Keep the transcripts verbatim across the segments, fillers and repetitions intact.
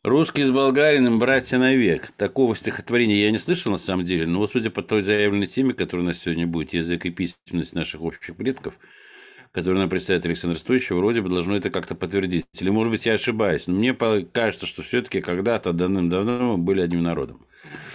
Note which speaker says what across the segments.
Speaker 1: Русский с болгарином братья навек. Такого стихотворения я не слышал на самом деле, но вот судя по той заявленной теме, которая у нас сегодня будет, язык и письменность наших общих предков, которую нам представит Александр Стоевич, вроде бы должно это как-то подтвердить. Или, может быть, я ошибаюсь, но мне по- кажется, что все-таки когда-то давным-давно мы были одним народом.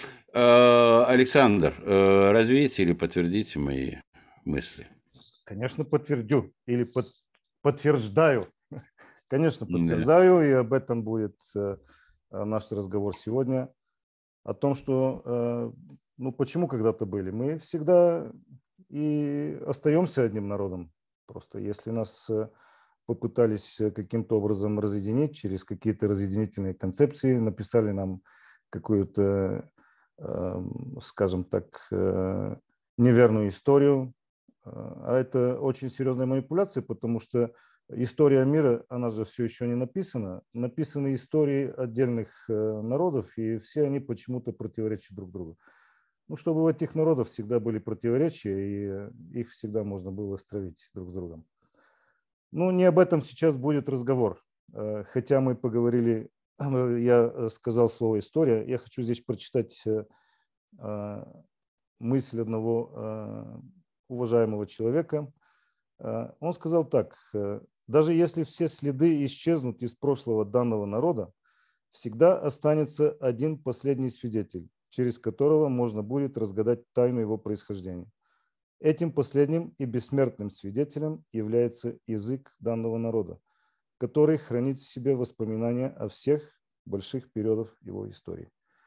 Speaker 1: Э, Александр, э, развейте или подтвердите мои мысли.
Speaker 2: Конечно, подтвердю или под, подтверждаю. Конечно,
Speaker 1: Да.
Speaker 2: подтверждаю, и об этом будет э, наш разговор сегодня. О том, что, э, ну, почему когда-то были. Мы всегда и остаемся одним народом. Просто если нас э, попытались э, каким-то образом разъединить через какие-то разъединительные концепции, написали нам какую-то, э, скажем так, э, неверную историю, а это очень серьезная манипуляция, потому что история мира, она же все еще не написана. Написаны истории отдельных э, народов, и все они почему-то противоречат друг другу. Ну, чтобы у этих народов всегда были противоречия, и э, их всегда можно было стравить друг с другом. Ну, не об этом сейчас будет разговор. Э, Хотя мы поговорили, я э, сказал слово «история», я хочу здесь прочитать э, э, мысль одного э, уважаемого человека. Э, Он сказал так: э, даже если все следы исчезнут из прошлого данного народа, всегда останется один последний свидетель, через которого можно будет разгадать тайну его происхождения. Этим последним и бессмертным свидетелем является язык данного народа, который хранит в себе воспоминания о всех больших периодах его истории.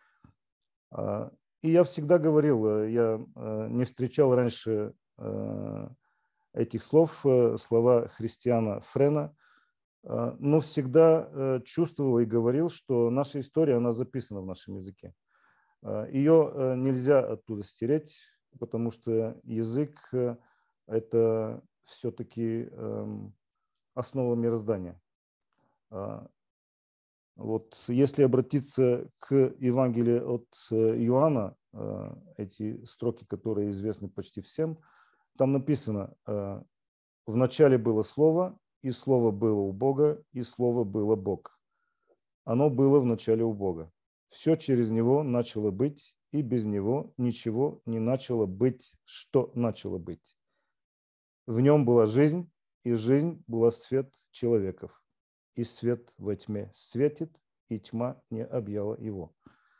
Speaker 2: А, И я всегда говорил, э, я э, не встречал раньше э, этих слов, э, слова Христиана Френа, э, но всегда э, чувствовал и говорил, что наша история, она записана в нашем языке. Э, Ее э, нельзя оттуда стереть, потому что язык э, – это все-таки эм, основа мироздания. А, Вот если обратиться к Евангелию от э, Иоанна, э, эти строки, которые известны почти всем, там написано: э, «В начале было Слово, и Слово было у Бога, и Слово было Бог. Оно было в начале у Бога. Все через Него начало быть, и без Него ничего не начало быть, что начало быть. В Нем была жизнь, и жизнь была свет человеков. И свет во тьме светит, и тьма не объяла его».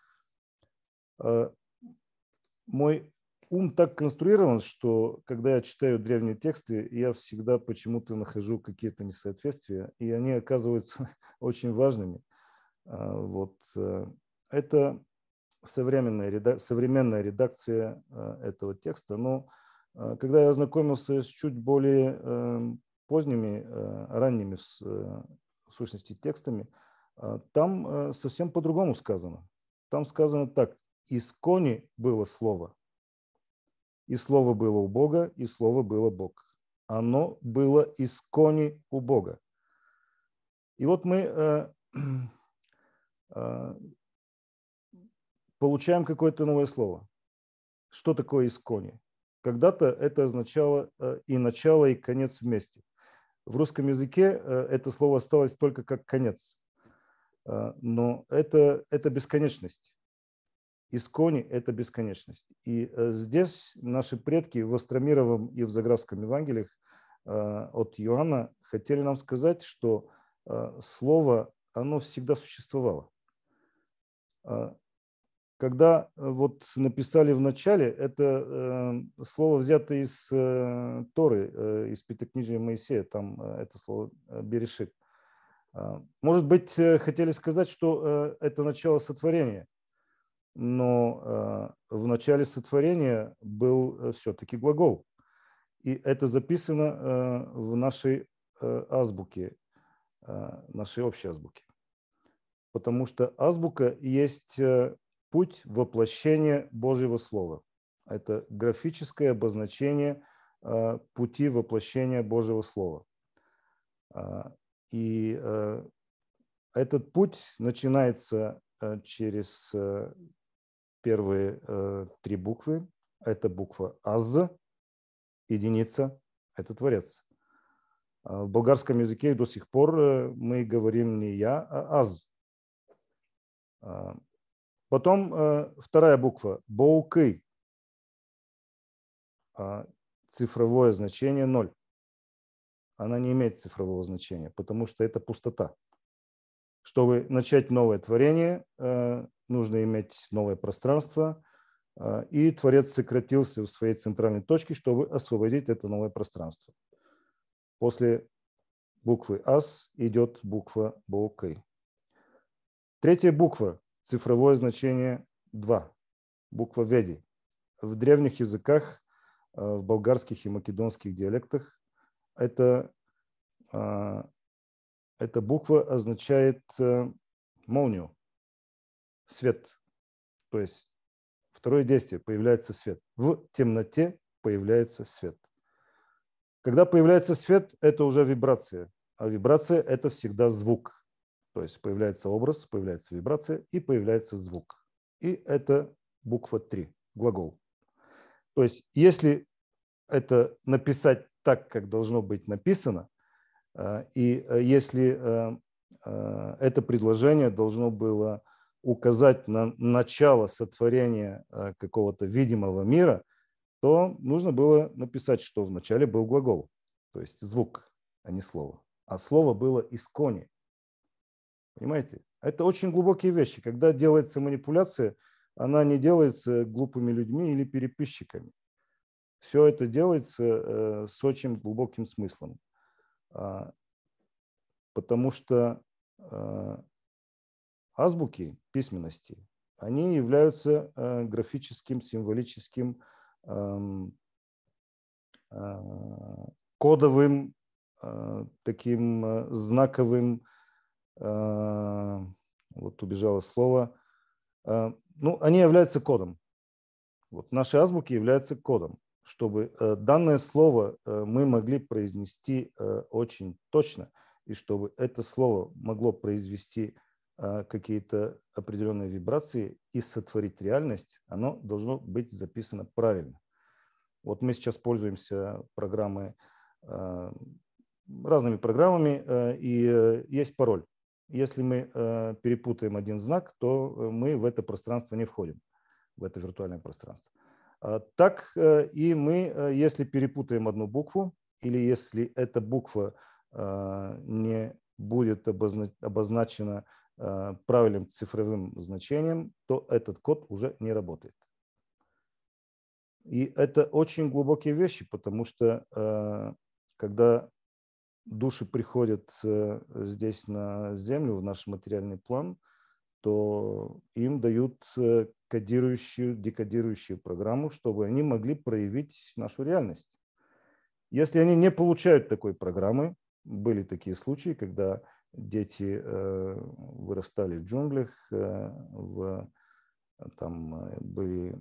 Speaker 2: Э, Мой ум так конструирован, что когда я читаю древние тексты, я всегда почему-то нахожу какие-то несоответствия, и они оказываются очень важными. А, Вот. э, Это современная, реда- современная редакция э, этого текста, но э, когда я ознакомился с чуть более э, поздними, э, ранними с, э, в сущности текстами, э, там э, совсем по-другому сказано. Там сказано так: «Искони было слово, и слово было у Бога, и слово было Бог. Оно было искони у Бога». И вот мы э, э, получаем какое-то новое слово. Что такое искони? Когда-то это означало э, и начало, и конец вместе. В русском языке э, это слово осталось только как конец, Э, но это, это бесконечность. Искони – это бесконечность. И э, здесь наши предки в Остромировом и в Заграфском Евангелиях э, от Иоанна хотели нам сказать, что э, слово, оно всегда существовало. Э, Когда э, вот написали в начале, это э, слово взято из э, Торы, э, из Пятикнижия Моисея, там э, это слово э, «берешит». А, Может быть, э, хотели сказать, что э, это начало сотворения, но э, в начале сотворения был все-таки глагол. И это записано э, в нашей э, азбуке, э, нашей общей азбуке. Потому что азбука есть э, путь воплощения Божьего Слова. Это графическое обозначение э, пути воплощения Божьего Слова. А, И э, этот путь начинается э, через э, первые э, три буквы. Это буква «аз», единица – это Творец. А В болгарском языке до сих пор э, мы говорим не «я», а «аз». Потом вторая буква боукы. Цифровое значение ноль. Она не имеет цифрового значения, потому что это пустота. Чтобы начать новое творение, нужно иметь новое пространство, и Творец сократился в своей центральной точке, чтобы освободить это новое пространство. После буквы ас идет буква боукей. Третья буква, цифровое значение два, буква веди. В древних языках, в болгарских и македонских диалектах, это, эта буква означает молнию, свет. То есть второе действие, появляется свет. В темноте появляется свет. Когда появляется свет, это уже вибрация. А вибрация – это всегда звук. То есть появляется образ, появляется вибрация и появляется звук. И это буква три, глагол. То есть если это написать так, как должно быть написано, и если это предложение должно было указать на начало сотворения какого-то видимого мира, то нужно было написать, что вначале был глагол, то есть звук, а не слово. А слово было искони. Понимаете? Это очень глубокие вещи. Когда делается манипуляция, она не делается глупыми людьми или переписчиками. Все это делается с очень глубоким смыслом. Потому что азбуки письменности, они являются графическим, символическим, кодовым, таким знаковым, вот убежало слово, ну, они являются кодом. Вот наши азбуки являются кодом. Чтобы данное слово мы могли произнести очень точно, и чтобы это слово могло произвести какие-то определенные вибрации и сотворить реальность, оно должно быть записано правильно. Вот мы сейчас пользуемся программой, разными программами, и есть пароль. Если мы перепутаем один знак, то мы в это пространство не входим, в это виртуальное пространство. Так и мы, если перепутаем одну букву, или если эта буква не будет обозначена правильным цифровым значением, то этот код уже не работает. И это очень глубокие вещи, потому что когда души приходят здесь на Землю, в наш материальный план, то им дают кодирующую, декодирующую программу, чтобы они могли проявить нашу реальность. Если они не получают такой программы, были такие случаи, когда дети вырастали в джунглях, в, там были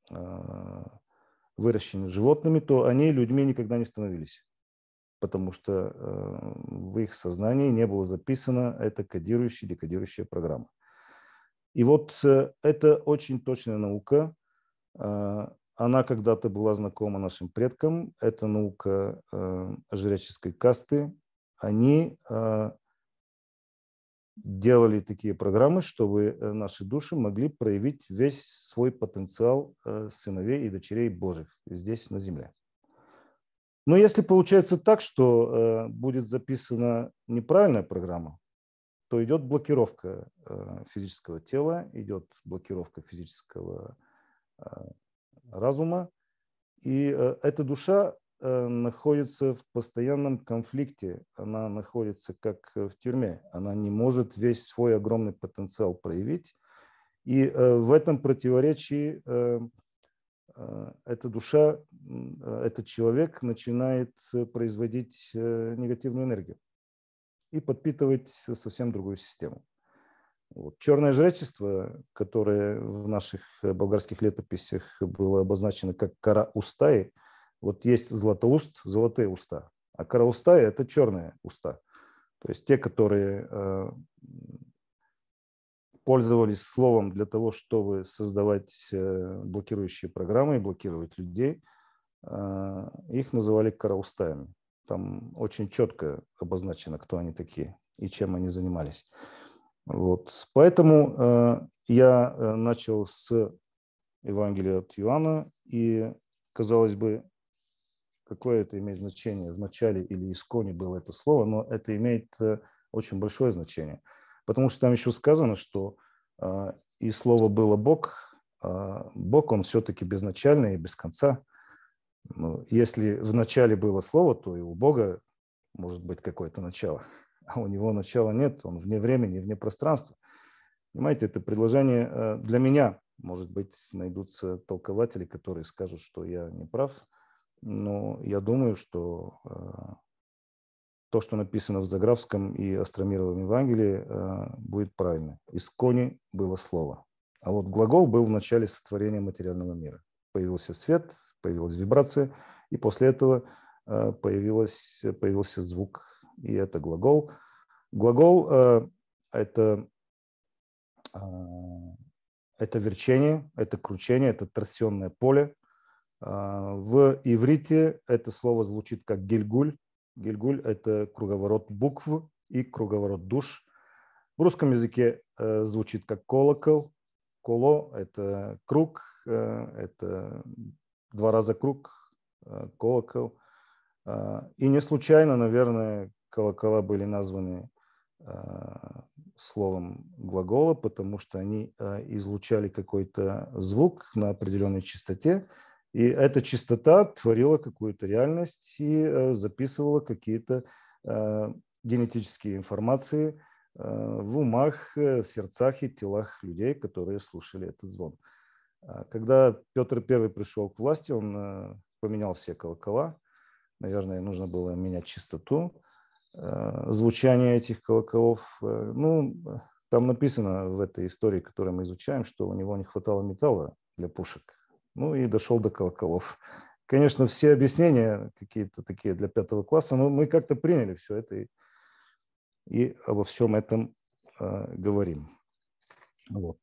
Speaker 2: выращены животными, то они людьми никогда не становились, потому что в их сознании не было записано эта кодирующая, декодирующая программа. И вот это очень точная наука. Она когда-то была знакома нашим предкам. Это наука жреческой касты. Они делали такие программы, чтобы наши души могли проявить весь свой потенциал сыновей и дочерей Божьих здесь, на земле. Но если получается так, что будет записана неправильная программа, то идет блокировка физического тела, идет блокировка физического разума, и эта душа находится в постоянном конфликте, она находится как в тюрьме, она не может весь свой огромный потенциал проявить, и в этом противоречии эта душа, этот человек начинает производить негативную энергию и подпитывать совсем другую систему. Вот. Черное жречество, которое в наших болгарских летописях было обозначено как Караустаи, вот есть Златоуст, золотые уста, а Караустаи – это черные уста. То есть те, которые э, пользовались словом для того, чтобы создавать э, блокирующие программы и блокировать людей, э, их называли Караустаями. Там очень четко обозначено, кто они такие и чем они занимались. Вот. Поэтому э, я начал с Евангелия от Иоанна, и, казалось бы, какое это имеет значение, в начале или исконе было это слово, но это имеет очень большое значение, потому что там еще сказано, что и слово было Бог, а Бог, он все-таки безначальный и без конца. Если в начале было слово, то и у Бога может быть какое-то начало, а у него начала нет, он вне времени, вне пространства. Понимаете, это предложение для меня, может быть, найдутся толкователи, которые скажут, что я не прав, но я думаю, что то, что написано в Заграфском и Остромировом Евангелии, будет правильно. Исконе было слово. А вот глагол был в начале сотворения материального мира. Появился свет, появилась вибрация, и после этого появилась, появился звук, и это глагол. Глагол – это, это верчение, это кручение, это торсионное поле. В иврите это слово звучит как гильгуль. Гильгуль – это круговорот букв и круговорот душ. В русском языке э, звучит как колокол. Коло – это круг, э, это два раза круг, э, колокол. Э, и не случайно, наверное, колокола были названы э, словом глагола, потому что они э, излучали какой-то звук на определенной частоте, и эта частота творила какую-то реальность и э, записывала какие-то э, генетические информации э, в умах, э, сердцах и телах людей, которые слушали этот звон. Когда Петр Первый пришел к власти, он э, поменял все колокола. Наверное, нужно было менять частоту э, звучания этих колоколов. Э, ну, там написано в этой истории, которую мы изучаем, что у него не хватало металла для пушек. Ну и дошел до колоколов. Конечно, все объяснения какие-то такие для пятого класса, но мы как-то приняли все это и, и обо всем этом э, говорим. Вот.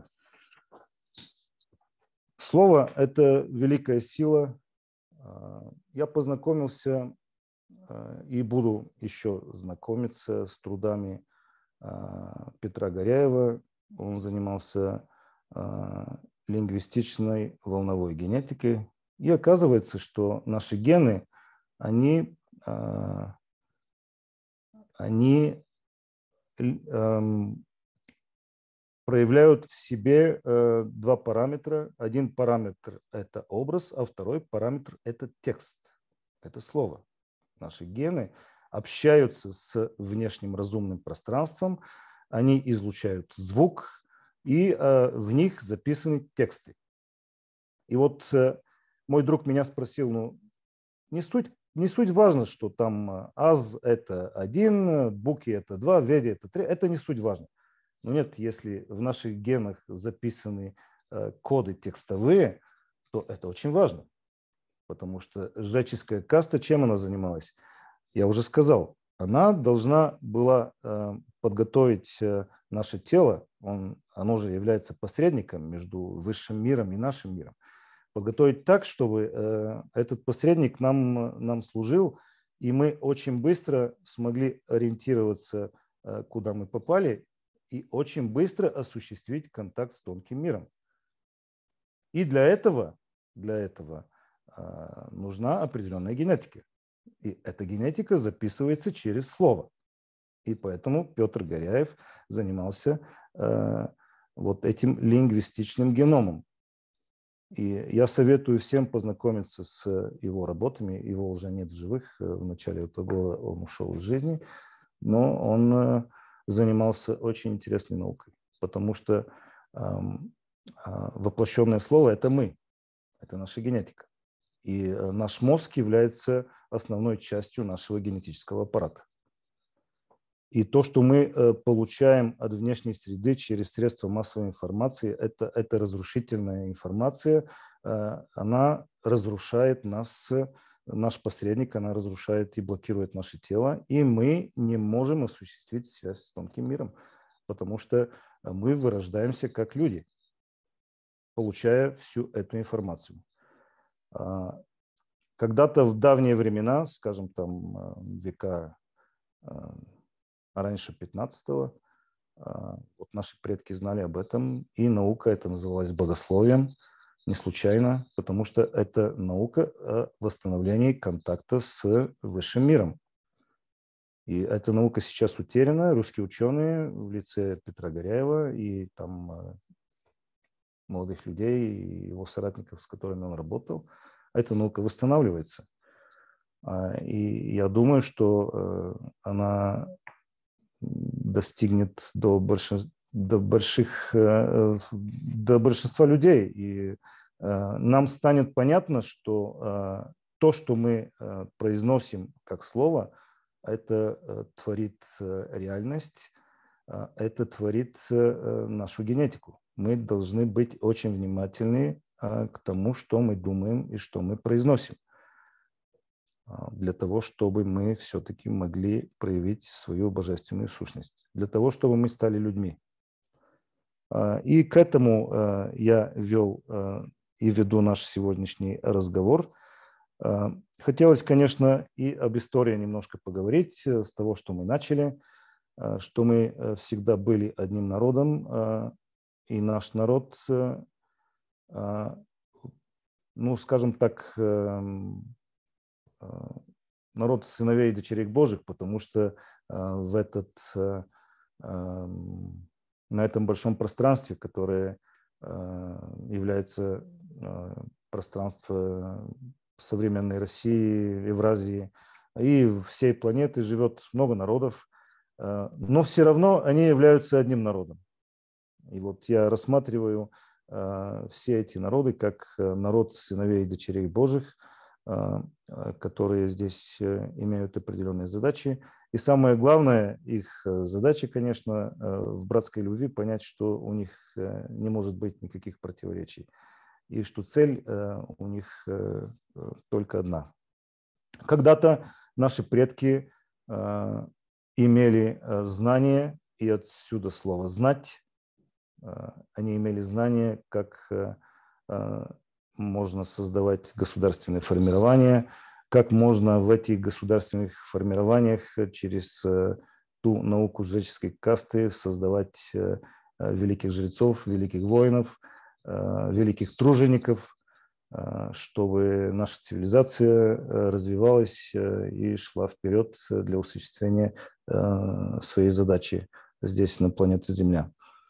Speaker 2: Слово – это великая сила. Я познакомился и буду еще знакомиться с трудами Петра Горяева. Он занимался лингвистичной волновой генетикой. И оказывается, что наши гены, они, они проявляют в себе два параметра. Один параметр – это образ, а второй параметр – это текст, это слово. Наши гены общаются с внешним разумным пространством, они излучают звук, и в них записаны тексты. И вот мой друг меня спросил, ну, не суть, не суть важно, что там аз – это один, буки – это два, веди – это три, это не суть важно. Но нет, если в наших генах записаны коды текстовые, то это очень важно, потому что жреческая каста, чем она занималась? Я уже сказал, она должна была подготовить наше тело, он, оно же является посредником между высшим миром и нашим миром, подготовить так, чтобы этот посредник нам, нам служил, и мы очень быстро смогли ориентироваться, куда мы попали, и очень быстро осуществить контакт с тонким миром. И для этого, для этого нужна определенная генетика. И эта генетика записывается через слово. И поэтому Петр Горяев занимался э, вот этим лингвистичным геномом. И я советую всем познакомиться с его работами. Его уже нет в живых. В начале этого года он ушел из жизни. Но он э, занимался очень интересной наукой. Потому что э, э, воплощенное слово – это мы. Это наша генетика. И наш мозг является основной частью нашего генетического аппарата. И то, что мы получаем от внешней среды через средства массовой информации, это, это разрушительная информация. Она разрушает нас, наш посредник, она разрушает и блокирует наше тело. И мы не можем осуществить связь с тонким миром, потому что мы вырождаемся как люди, получая всю эту информацию. Когда-то в давние времена, скажем, там века раньше пятнадцатого, Вот наши предки знали об этом, и наука это называлась богословием, не случайно, потому что это наука о восстановлении контакта с высшим миром. И эта наука сейчас утеряна. Русские ученые в лице Петра Горяева и там молодых людей, и его соратников, с которыми он работал, эта наука восстанавливается. И я думаю, что она достигнет до, большинства, до, больших, до большинства людей. И нам станет понятно, что то, что мы произносим как слово, это творит реальность, это творит нашу генетику. Мы должны быть очень внимательны к тому, что мы думаем и что мы произносим, для того, чтобы мы все-таки могли проявить свою божественную сущность, для того, чтобы мы стали людьми. И к этому я вел и веду наш сегодняшний разговор. Хотелось, конечно, и об истории немножко поговорить, с того, что мы начали, что мы всегда были одним народом, и наш народ, ну, скажем так, народ сыновей и дочерей Божьих, потому что в этот, на этом большом пространстве, которое является пространством современной России, Евразии и всей планеты, живет много народов, но все равно они являются одним народом. И вот я рассматриваю все эти народы как народ сыновей и дочерей Божьих, которые здесь имеют определенные задачи. И самое главное, их задача, конечно, в братской любви понять, что у них не может быть никаких противоречий. И что цель у них только одна. Когда-то наши предки имели знание, и отсюда слово «знать». Они имели знание, как можно создавать государственные формирования, как можно в этих государственных формированиях через ту науку жреческой касты создавать великих жрецов, великих воинов, великих тружеников, чтобы наша цивилизация развивалась и шла вперед для осуществления своей задачи здесь, на планете Земля.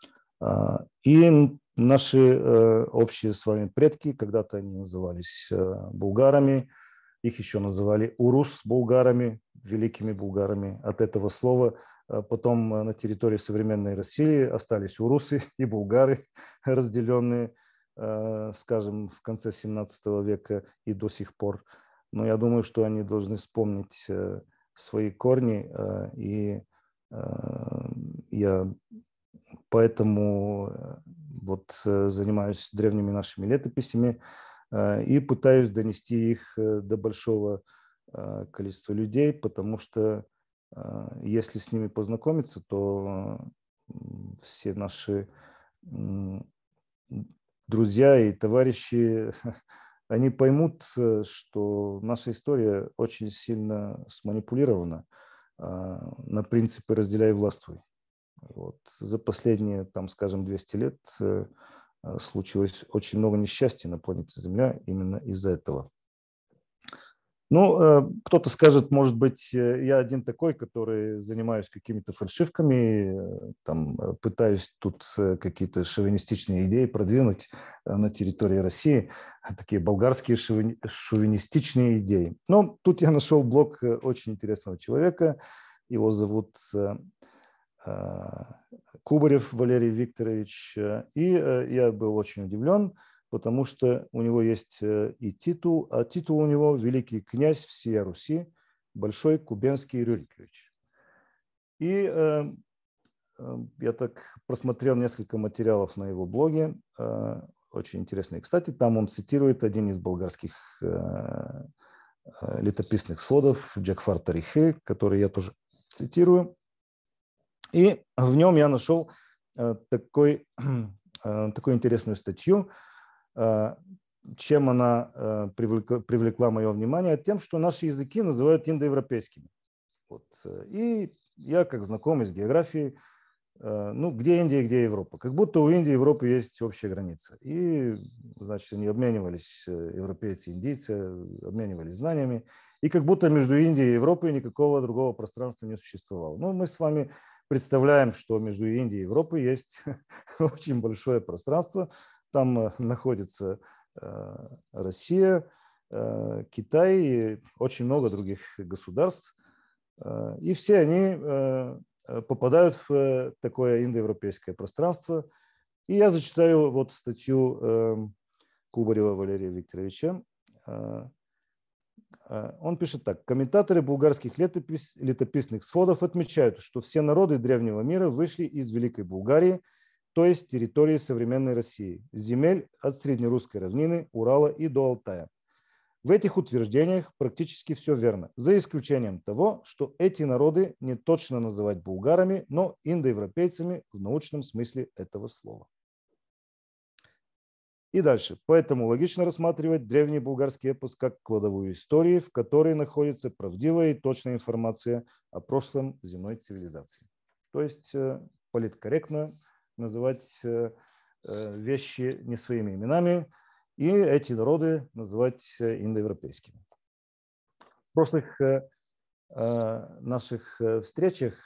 Speaker 2: И наши общие с вами предки, когда-то они назывались булгарами, их еще называли урус-булгарами, великими булгарами. От этого слова потом на территории современной России остались урусы и булгары, разделенные, скажем, в конце семнадцатого века и до сих пор. Но я думаю, что они должны вспомнить свои корни, и я поэтому вот занимаюсь древними нашими летописями и пытаюсь донести их до большого количества людей, потому что если с ними познакомиться, то все наши друзья и товарищи, они поймут, что наша история очень сильно сманипулирована на принципы «разделяй и властвуй». Вот. За последние, там, скажем, двести лет э, случилось очень много несчастья на планете Земля именно из-за этого. Ну, э, кто-то скажет, может быть, я один такой, который занимаюсь какими-то фальшивками, э, там, пытаюсь тут какие-то шовинистичные идеи продвинуть на территории России, такие болгарские шовини- шовинистичные идеи. Но тут я нашел блог очень интересного человека, его зовут Кубарев Валерий Викторович, и я был очень удивлен, потому что у него есть и титул, а титул у него «Великий князь всея Руси, Большой Кубенский Рюрикович». И э, я так просмотрел несколько материалов на его блоге, э, очень интересные. Кстати, там он цитирует один из болгарских э, летописных сводов Джакфар Тарихи, который я тоже цитирую. И в нем я нашел такой, такую интересную статью. Чем она привлекла, привлекла мое внимание? Тем, что наши языки называют индоевропейскими. Вот. И я, как знакомый с географией, ну, где Индия, где Европа? Как будто у Индии и Европы есть общая граница. И, значит, они обменивались, европейцы и индийцы, обменивались знаниями. И как будто между Индией и Европой никакого другого пространства не существовало. Ну, мы с вами представляем, что между Индией и Европой есть очень большое пространство. Там находится Россия, Китай и очень много других государств. И все они попадают в такое индоевропейское пространство. И я зачитаю вот статью Кубарева Валерия Викторовича. Он пишет так. Комментаторы булгарских летопис, летописных сводов отмечают, что все народы древнего мира вышли из Великой Булгарии, то есть территории современной России, земель от Среднерусской равнины, Урала и до Алтая. В этих утверждениях практически все верно, за исключением того, что эти народы не точно называть булгарами, но индоевропейцами в научном смысле этого слова. И дальше. Поэтому логично рассматривать древний булгарский эпос как кладовую истории, в которой находится правдивая и точная информация о прошлом земной цивилизации. То есть политкорректно называть вещи не своими именами, и эти народы называть индоевропейскими. В прошлых наших встречах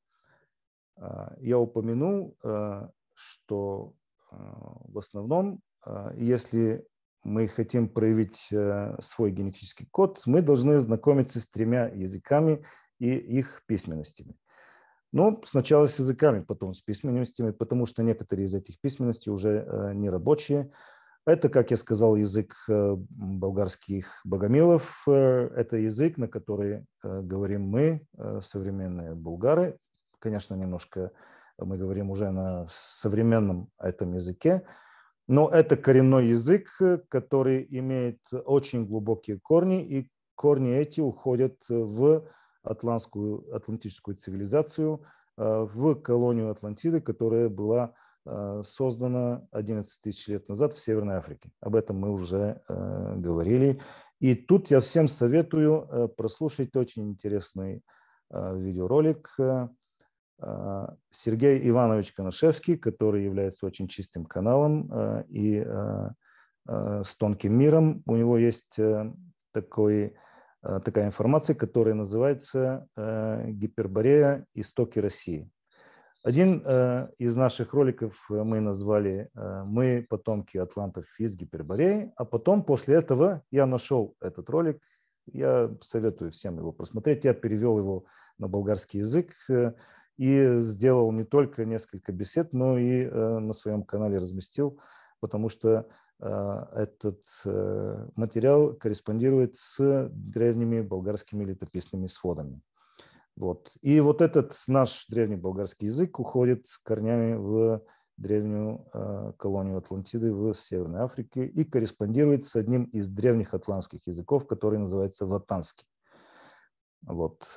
Speaker 2: я упомянул, что в основном, если мы хотим проявить свой генетический код, мы должны знакомиться с тремя языками и их письменностями. Но сначала с языками, потом с письменностями, потому что некоторые из этих письменностей уже не рабочие. Это, как я сказал, язык болгарских богомилов. Это язык, на который говорим мы, современные булгары. Конечно, немножко мы говорим уже на современном этом языке, но это коренной язык, который имеет очень глубокие корни, и корни эти уходят в атлантскую, атлантическую цивилизацию, в колонию Атлантиды, которая была создана одиннадцать тысяч лет назад в Северной Африке. Об этом мы уже э, говорили. И тут я всем советую э, прослушать очень интересный э, видеоролик. Э, Сергей Иванович Коношевский, который является очень чистым каналом э, и э, э, с тонким миром. У него есть э, такой, э, такая информация, которая называется э, «Гиперборея. Истоки России». Один э, из наших роликов мы назвали э, «Мы потомки атлантов из Гипербореи», а потом после этого я нашел этот ролик, я советую всем его просмотреть, я перевел его на болгарский язык э, и сделал не только несколько бесед, но и э, на своем канале разместил, потому что э, этот э, материал корреспондирует с древними болгарскими летописными сводами. Вот. И вот этот наш древний болгарский язык уходит корнями в древнюю э, колонию Атлантиды в Северной Африке и корреспондирует с одним из древних атлантских языков, который называется ватанский. Вот.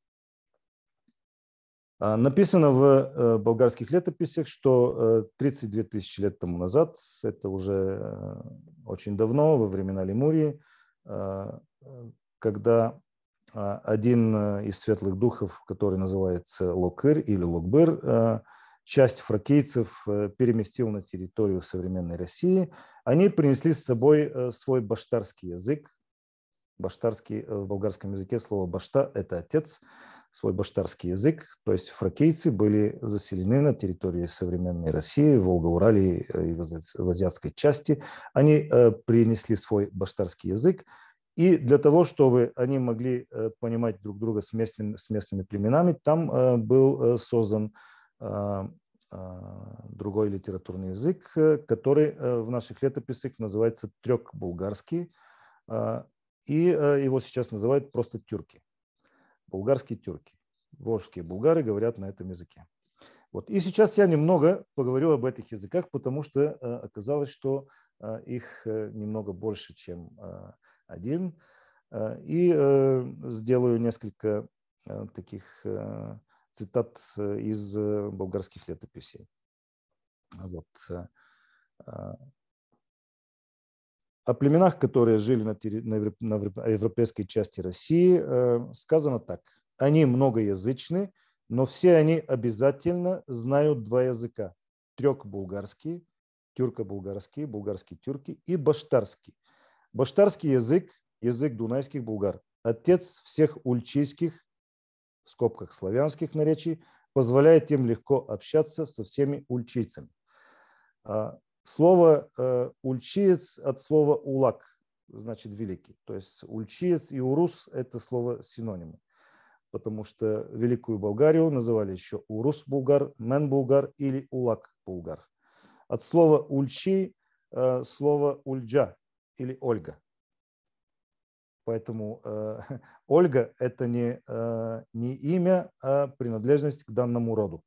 Speaker 2: Написано в э, болгарских летописях, что э, тридцать две тысячи лет тому назад, это уже э, очень давно, во времена Лемурии, э, когда один из светлых духов, который называется Локыр или Локбыр, часть фракийцев переместил на территорию современной России. Они принесли с собой свой баштарский язык. Баштарский в болгарском языке слово башта – это отец, свой баштарский язык. То есть фракийцы были заселены на территории современной России, Волго-Уралии и в азиатской части. Они принесли свой баштарский язык. И для того, чтобы они могли понимать друг друга с местными, с местными племенами, там был создан другой литературный язык, который в наших летописях называется трёк-булгарский, и его сейчас называют просто тюрки. Булгарские тюрки. Волжские булгары говорят на этом языке. Вот. И сейчас я немного поговорю об этих языках, потому что оказалось, что их немного больше, чем один. И сделаю несколько таких цитат из болгарских летописей. Вот. О племенах, которые жили на, на европейской части России, сказано так. Они многоязычны, но все они обязательно знают два языка. Трёк-булгарский, тюрко-булгарский, булгарский-тюрки и баштарский. Баштарский язык, язык дунайских булгар, отец всех ульчийских, в скобках славянских наречий, позволяет им легко общаться со всеми ульчийцами. Слово ульчиец от слова улак, значит великий. То есть ульчиец и урус – это слово синонимы. Потому что Великую Болгарию называли еще урус-булгар, мен-булгар или улак-булгар. От слова ульчи – слово ульджа или Ольга. Поэтому э, Ольга – это не, э, не имя, а принадлежность к данному роду.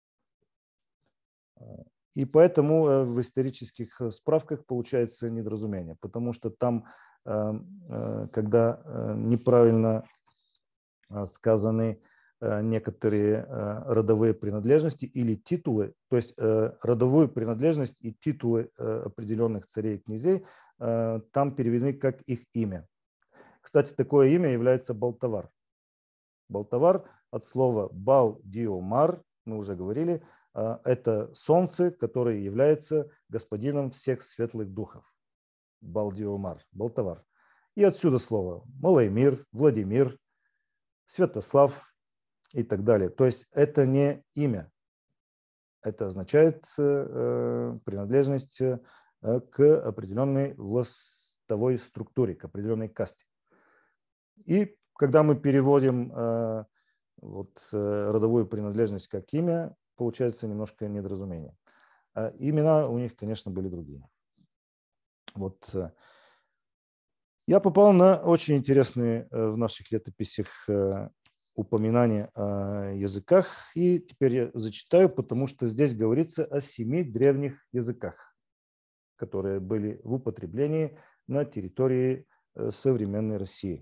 Speaker 2: И поэтому э, в исторических справках получается недоразумение, потому что там, э, э, когда э, неправильно э, сказаны э, некоторые э, родовые принадлежности или титулы, то есть э, родовую принадлежность и титулы э, определенных царей и князей, э, там переведены как их имя. Кстати, такое имя является Балтавар. Балтавар от слова Бал-Диомар, мы уже говорили, это солнце, которое является господином всех светлых духов. Бал-Диомар, Балтавар. И отсюда слово Малаймир, Владимир, Святослав и так далее. То есть это не имя. Это означает э, принадлежность э, к определенной властовой структуре, к определенной касте. И когда мы переводим э, вот, э, родовую принадлежность как имя, получается немножко недоразумение. А имена у них, конечно, были другие. Вот. Э, я попал на очень интересные э, в наших летописях э, упоминания о языках. И теперь я зачитаю, потому что здесь говорится о семи древних языках, которые были в употреблении на территории э, современной России.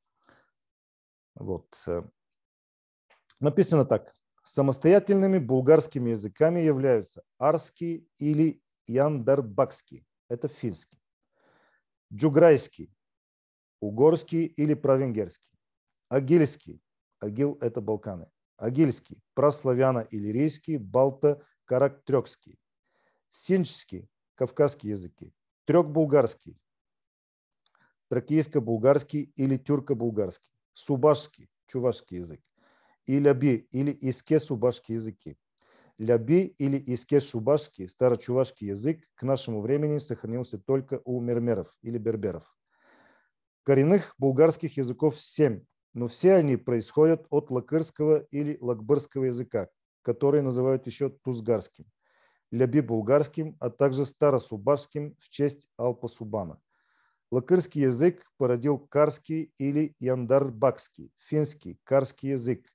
Speaker 2: Вот. Написано так. Самостоятельными булгарскими языками являются арский или яндарбакский, это финский, джуграйский, угорский или провенгерский, агильский, агил – это Балканы, агильский, праславяно иллирийский, балто-карактрёкский, синчский, кавказские языки, трёк-булгарский, тракийско-булгарский или тюрко-булгарский, субашский, чувашский язык, и ляби или иске-субашские языки. Ляби или иске-субашский старочувашский язык к нашему времени сохранился только у мермеров или берберов. Коренных булгарских языков семь, но все они происходят от лакырского или лакбырского языка, который называют еще тузгарским, ляби-булгарским, а также старосубашским в честь Алпа-Субана. Лакырский язык породил карский или яндарбакский, финский, карский язык.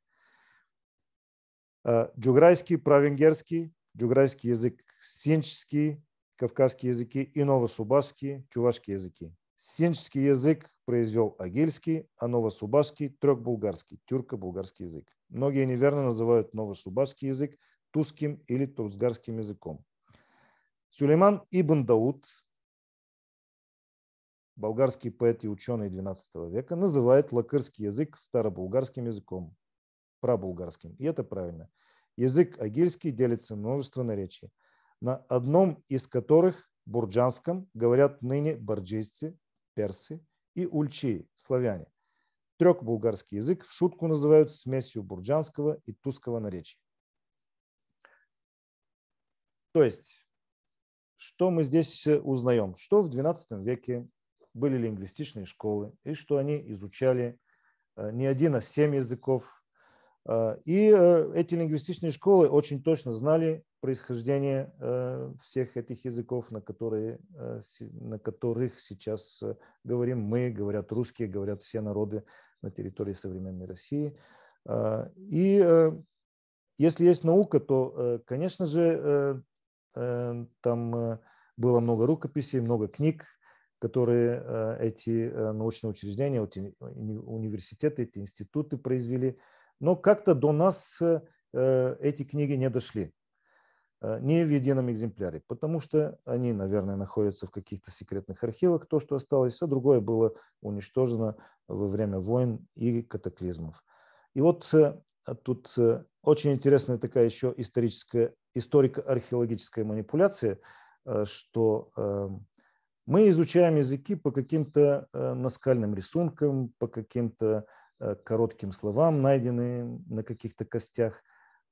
Speaker 2: Джуграйский, провенгерский, джуграйский язык, синчский, кавказские языки и новосубашские, чувашские языки. Синчский язык произвел агильский, а новосубашский – трёк-булгарский, тюрко-булгарский язык. Многие неверно называют новосубашский язык тузским или тузгарским языком. Сулейман ибн Дауд, болгарский поэт и ученый двенадцатого века, называет лакырский язык старобулгарским языком, прабулгарским. И это правильно. Язык агильский делится на множество наречий, на одном из которых, бурджанском, говорят ныне барджийцы, персы и ульчи, славяне. Трёк-булгарский язык в шутку называют смесью бурджанского и тузского наречия. То есть, что мы здесь узнаем? Что в двенадцатом веке были лингвистичные школы, и что они изучали не один, а семь языков. И эти лингвистичные школы очень точно знали происхождение всех этих языков, на, которые, на которых сейчас говорим мы, говорят русские, говорят все народы на территории современной России. И если есть наука, то, конечно же, там было много рукописей, много книг, которые эти научные учреждения, эти университеты, эти институты произвели. Но как-то до нас эти книги не дошли, не в едином экземпляре, потому что они, наверное, находятся в каких-то секретных архивах, то, что осталось, а другое было уничтожено во время войн и катаклизмов. И вот тут очень интересная такая еще историческая, историко-археологическая манипуляция, что мы изучаем языки по каким-то наскальным рисункам, по каким-то коротким словам, найденным на каких-то костях.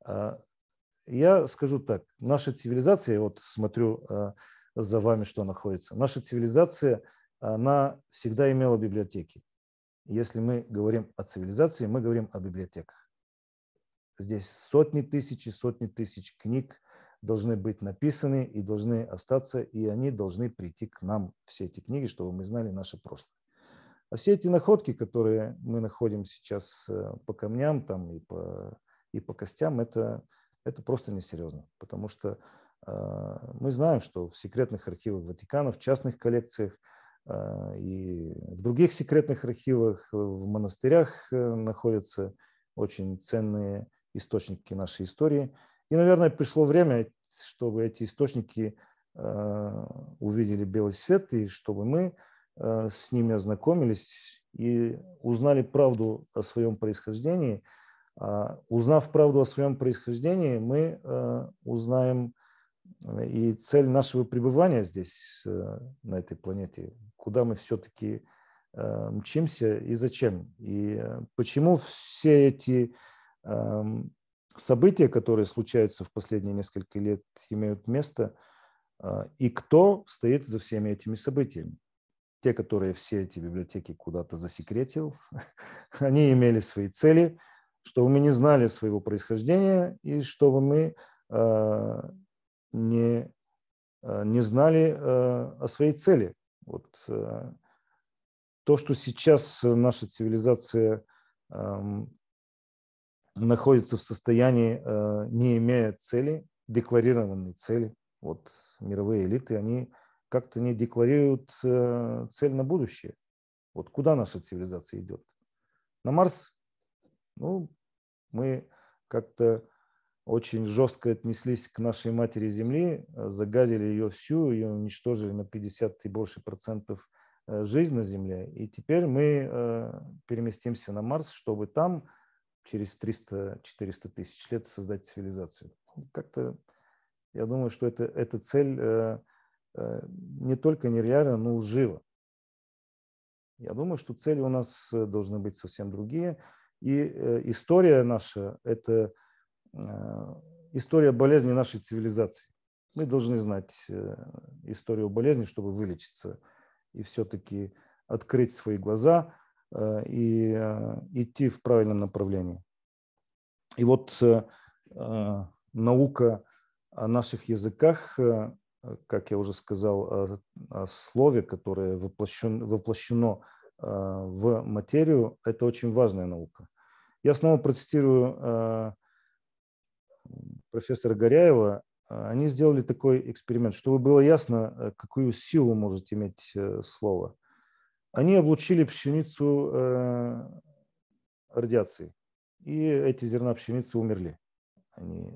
Speaker 2: Я скажу так, наша цивилизация, вот смотрю за вами, что находится, наша цивилизация, она всегда имела библиотеки. Если мы говорим о цивилизации, мы говорим о библиотеках. Здесь сотни тысяч и сотни тысяч книг должны быть написаны и должны остаться, и они должны прийти к нам, все эти книги, чтобы мы знали наше прошлое. А все эти находки, которые мы находим сейчас по камням там, и, по, и по костям, это, это просто несерьезно, потому что э, мы знаем, что в секретных архивах Ватикана, в частных коллекциях э, и в других секретных архивах, в монастырях э, находятся очень ценные источники нашей истории. И, наверное, пришло время, чтобы эти источники э, увидели белый свет, и чтобы мы э, с ними ознакомились и узнали правду о своем происхождении. А, узнав правду о своем происхождении, мы э, узнаем и цель нашего пребывания здесь, э, на этой планете, куда мы все-таки э, мчимся и зачем. И э, почему все эти события, которые случаются в последние несколько лет, имеют место, и кто стоит за всеми этими событиями. Те, которые все эти библиотеки куда-то засекретил, они имели свои цели, чтобы мы не знали своего происхождения и чтобы мы не, не знали о своей цели. Вот то, что сейчас наша цивилизация находится в состоянии, не имея цели, декларированной цели. Вот мировые элиты, они как-то не декларируют цель на будущее. Вот куда наша цивилизация идет? На Марс? Ну, мы как-то очень жестко отнеслись к нашей матери Земли, загадили ее всю, ее уничтожили на пятьдесят и больше процентов жизнь на Земле. И теперь мы переместимся на Марс, чтобы там через триста-четыреста тысяч лет создать цивилизацию. Как-то, я думаю, что это, эта цель э, э, не только нереальна, но и лжива. Я думаю, что цели у нас должны быть совсем другие. И э, история наша – это э, история болезни нашей цивилизации. Мы должны знать э, историю болезни, чтобы вылечиться и все-таки открыть свои глаза и идти в правильном направлении. И вот э, наука о наших языках, э, как я уже сказал, о, о слове, которое воплощен, воплощено э, в материю, это очень важная наука. Я снова процитирую э, профессора Горяева. Они сделали такой эксперимент, чтобы было ясно, какую силу может иметь э, слово. Они облучили пшеницу э, радиацией, и эти зерна пшеницы умерли. Они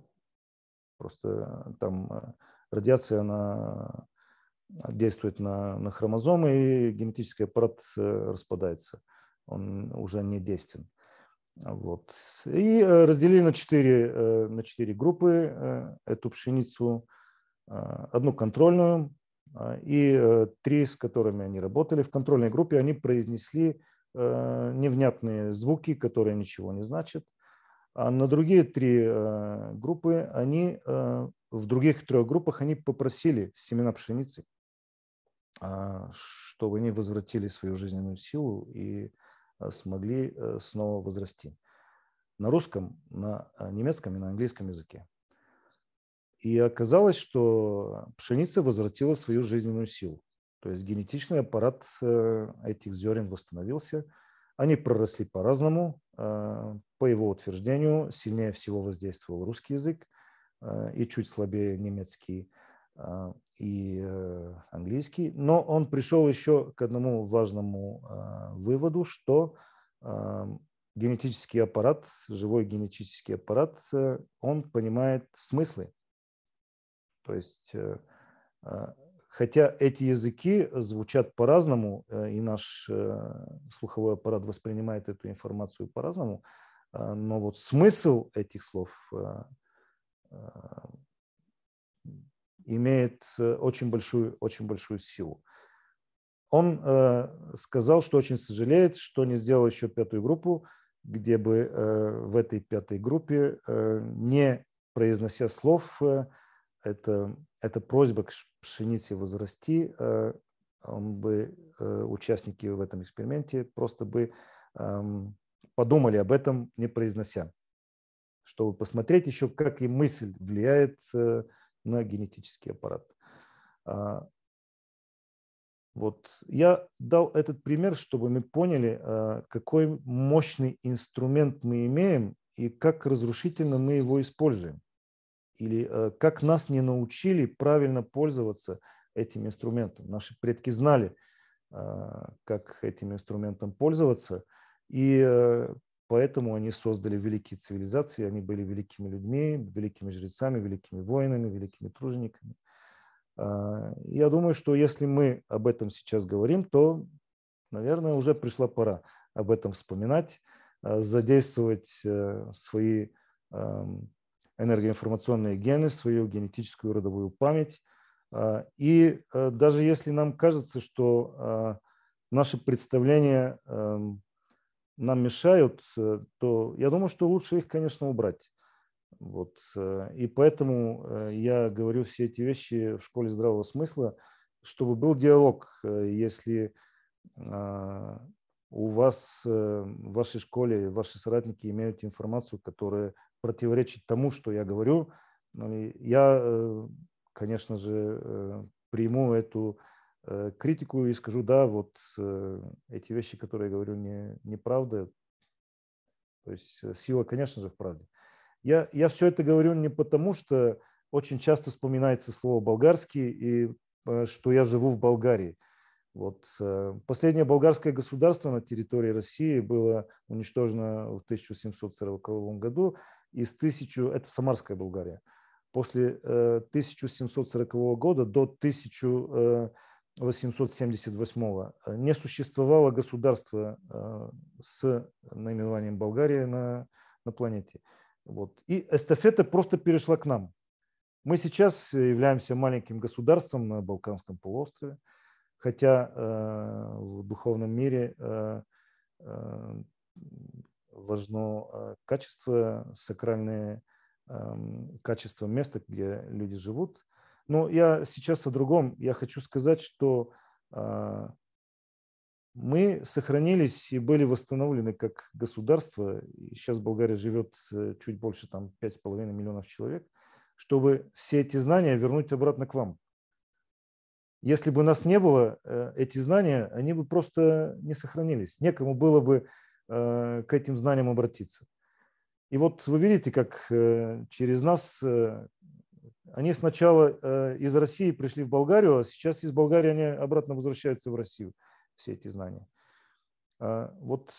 Speaker 2: просто там радиация, она действует на, на хромозомы, и генетический аппарат распадается. Он уже не действен. Вот. И разделили на четыре, на четыре группы эту пшеницу. Одну контрольную и три, с которыми они работали. В контрольной группе они произнесли невнятные звуки, которые ничего не значат. А на другие три группы, они, в других трех группах они попросили семена пшеницы, чтобы они возвратили свою жизненную силу и смогли снова возрасти. На русском, на немецком и на английском языке. И оказалось, что пшеница возвратила свою жизненную силу. То есть генетичный аппарат этих зерен восстановился. Они проросли по-разному. По его утверждению, сильнее всего воздействовал русский язык и чуть слабее немецкий и английский. Но он пришел еще к одному важному выводу, что генетический аппарат, живой генетический аппарат, он понимает смыслы. То есть, хотя эти языки звучат по-разному, и наш слуховой аппарат воспринимает эту информацию по-разному, Но вот смысл этих слов имеет очень большую, очень большую силу. Он сказал, что очень сожалеет, что не сделал еще пятую группу, где бы в этой пятой группе, не произнося слов, это, это просьба к пшенице возрасти, он бы, участники в этом эксперименте просто бы подумали об этом, не произнося, чтобы посмотреть еще, как и мысль влияет на генетический аппарат. Вот я дал этот пример, чтобы мы поняли, какой мощный инструмент мы имеем и как разрушительно мы его используем. Или как нас не научили правильно пользоваться этим инструментом. Наши предки знали, как этим инструментом пользоваться, и поэтому они создали великие цивилизации, они были великими людьми, великими жрецами, великими воинами, великими тружениками. Я думаю, что если мы об этом сейчас говорим, то, наверное, уже пришла пора об этом вспоминать, задействовать свои энергоинформационные гены, свою генетическую родовую память. И даже если нам кажется, что наши представления нам мешают, то я думаю, что лучше их, конечно, убрать. Вот. И поэтому я говорю все эти вещи в школе здравого смысла, чтобы был диалог. Если у вас в вашей школе ваши соратники имеют информацию, которая противоречит тому, что я говорю, я, конечно же, приму эту критику и скажу, да, вот эти вещи, которые я говорю, не, неправда. То есть сила, конечно же, в правде. Я, я все это говорю не потому, что очень часто вспоминается слово «болгарский» и что я живу в Болгарии. Вот. Последнее болгарское государство на территории России было уничтожено в тысяча семьсот сороковом году. Из тысячи, это Самарская Болгария. После тысяча семьсот сорокового года до тысяча восемьсот семьдесят восьмого не существовало государства с наименованием Болгария на, на планете. Вот. И эстафета просто перешла к нам. Мы сейчас являемся маленьким государством на Балканском полуострове, хотя э, в духовном мире э, э, важно э, качество, сакральное э, качество места, где люди живут. Но я сейчас о другом. Я хочу сказать, что э, мы сохранились и были восстановлены как государство. И сейчас в Болгарии живет чуть больше, там, пять с половиной миллионов человек, чтобы все эти знания вернуть обратно к вам. Если бы нас не было, эти знания, они бы просто не сохранились. Некому было бы к этим знаниям обратиться. И вот вы видите, как через нас, они сначала из России пришли в Болгарию, а сейчас из Болгарии они обратно возвращаются в Россию, все эти знания. Вот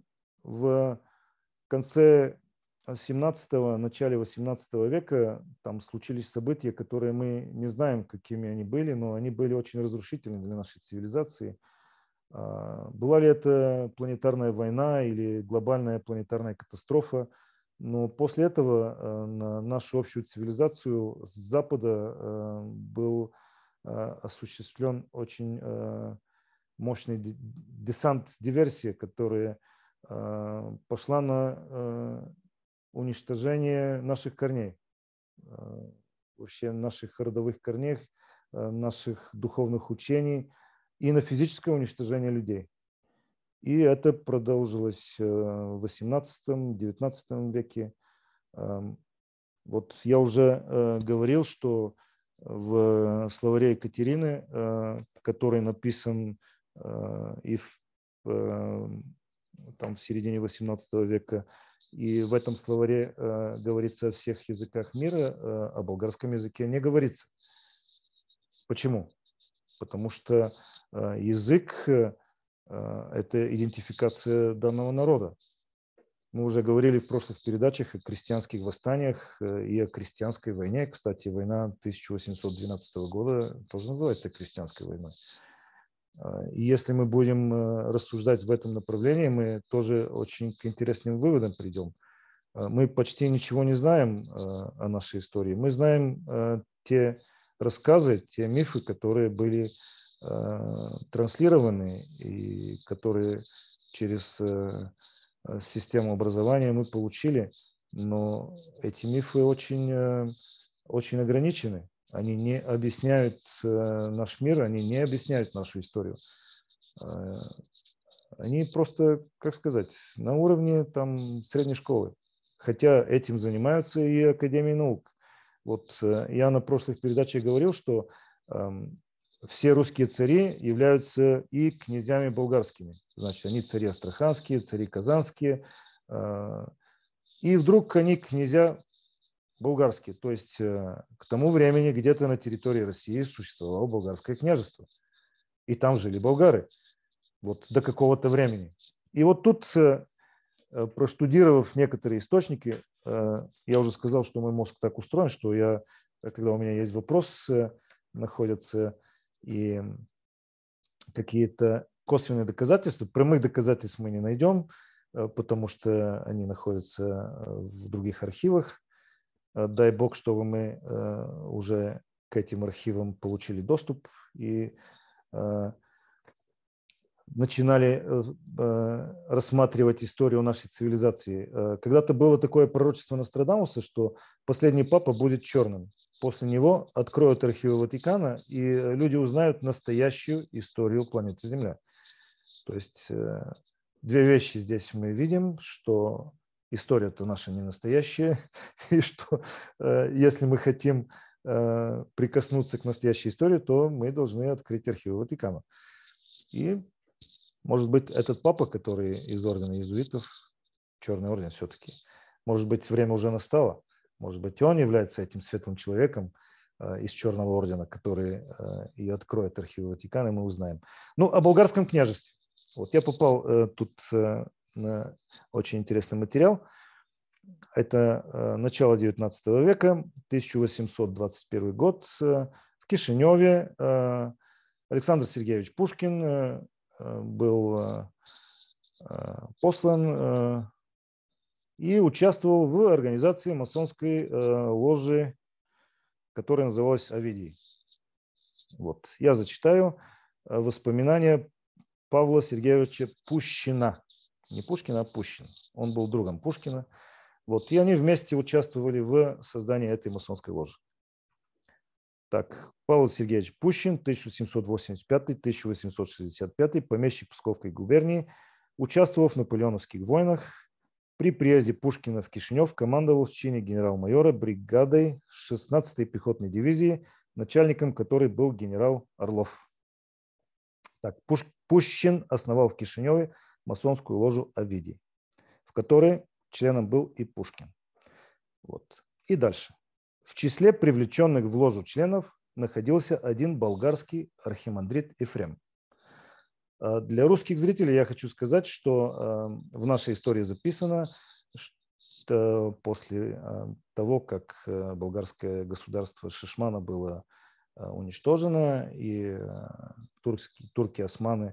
Speaker 2: в конце семнадцатого, начале восемнадцатого века там случились события, которые мы не знаем, какими они были, но они были очень разрушительны для нашей цивилизации. Была ли это планетарная война или глобальная планетарная катастрофа? Но после этого на нашу общую цивилизацию с Запада был осуществлен очень мощный десант, диверсия, которая пошла на уничтожение наших корней, вообще наших родовых корней, наших духовных учений и на физическое уничтожение людей. И это продолжилось в восемнадцатом-девятнадцатом веке. Вот я уже говорил, что в словаре Екатерины, который написан и в, там, в середине восемнадцатого века, и в этом словаре э, говорится о всех языках мира, э, о болгарском языке не говорится. Почему? Потому что э, язык э, – это идентификация данного народа. Мы уже говорили в прошлых передачах о крестьянских восстаниях э, и о крестьянской войне. Кстати, война тысяча восемьсот двенадцатого года тоже называется крестьянской войной. И если мы будем рассуждать в этом направлении, мы тоже очень к интересным выводам придем. Мы почти ничего не знаем о нашей истории. Мы знаем те рассказы, те мифы, которые были транслированы и которые через систему образования мы получили. Но эти мифы очень, очень ограничены. Они не объясняют наш мир, они не объясняют нашу историю. Они просто, как сказать, на уровне там средней школы. Хотя этим занимаются и Академии наук. Вот я на прошлых передачах говорил, что э, все русские цари являются и князьями болгарскими. Значит, они цари астраханские, цари казанские. Э, и вдруг они князья болгарские. То есть э, к тому времени где-то на территории России существовало болгарское княжество. И там жили болгары. Вот до какого-то времени. И вот тут, проштудировав некоторые источники, я уже сказал, что мой мозг так устроен, что я, когда у меня есть вопрос, находятся и какие-то косвенные доказательства, прямых доказательств мы не найдем, потому что они находятся в других архивах. Дай бог, чтобы мы уже к этим архивам получили доступ и начинали э, рассматривать историю нашей цивилизации. Э, когда-то было такое пророчество Нострадамуса, что последний папа будет черным. После него откроют архивы Ватикана, и люди узнают настоящую историю планеты Земля. То есть э, две вещи здесь мы видим, что история-то наша не настоящая, и что э, если мы хотим э, прикоснуться к настоящей истории, то мы должны открыть архивы Ватикана. И может быть, этот папа, который из ордена иезуитов, черный орден все-таки, может быть, время уже настало, может быть, он является этим светлым человеком э, из черного ордена, который э, и откроет архивы Ватикана, и мы узнаем. Ну, о болгарском княжестве. Вот я попал э, тут э, на очень интересный материал. Это э, начало девятнадцатого века, тысяча восемьсот двадцать первый год. Э, в Кишиневе э, Александр Сергеевич Пушкин э, был послан и участвовал в организации масонской ложи, которая называлась Овидий. Вот. Я зачитаю воспоминания Павла Сергеевича Пущина. Не Пушкина, а Пущин. Он был другом Пушкина. Вот. И они вместе участвовали в создании этой масонской ложи. Так, Павел Сергеевич Пущин, тысяча семьсот восемьдесят пятый — тысяча восемьсот шестьдесят пятый, помещик Псковской губернии, участвовал в наполеоновских войнах. При приезде Пушкина в Кишинев командовал в чине генерал-майора бригадой шестнадцатой пехотной дивизии, начальником которой был генерал Орлов. Так, Пуш, Пущин основал в Кишиневе масонскую ложу Овидий, в которой членом был и Пушкин. Вот. И дальше. В числе привлеченных в ложу членов находился один болгарский архимандрит Ефрем. Для русских зрителей я хочу сказать, что в нашей истории записано, что после того, как болгарское государство Шишмана было уничтожено и турки-османы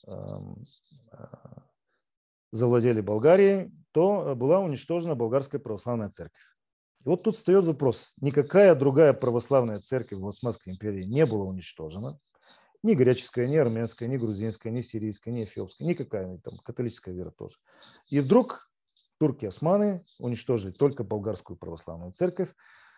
Speaker 2: завладели Болгарией, то была уничтожена болгарская православная церковь. И вот тут встает вопрос, никакая другая православная церковь в Османской империи не была уничтожена, ни греческая, ни армянская, ни грузинская, ни сирийская, ни эфиопская, никакая, там, католическая вера тоже. И вдруг турки-османы уничтожили только болгарскую православную церковь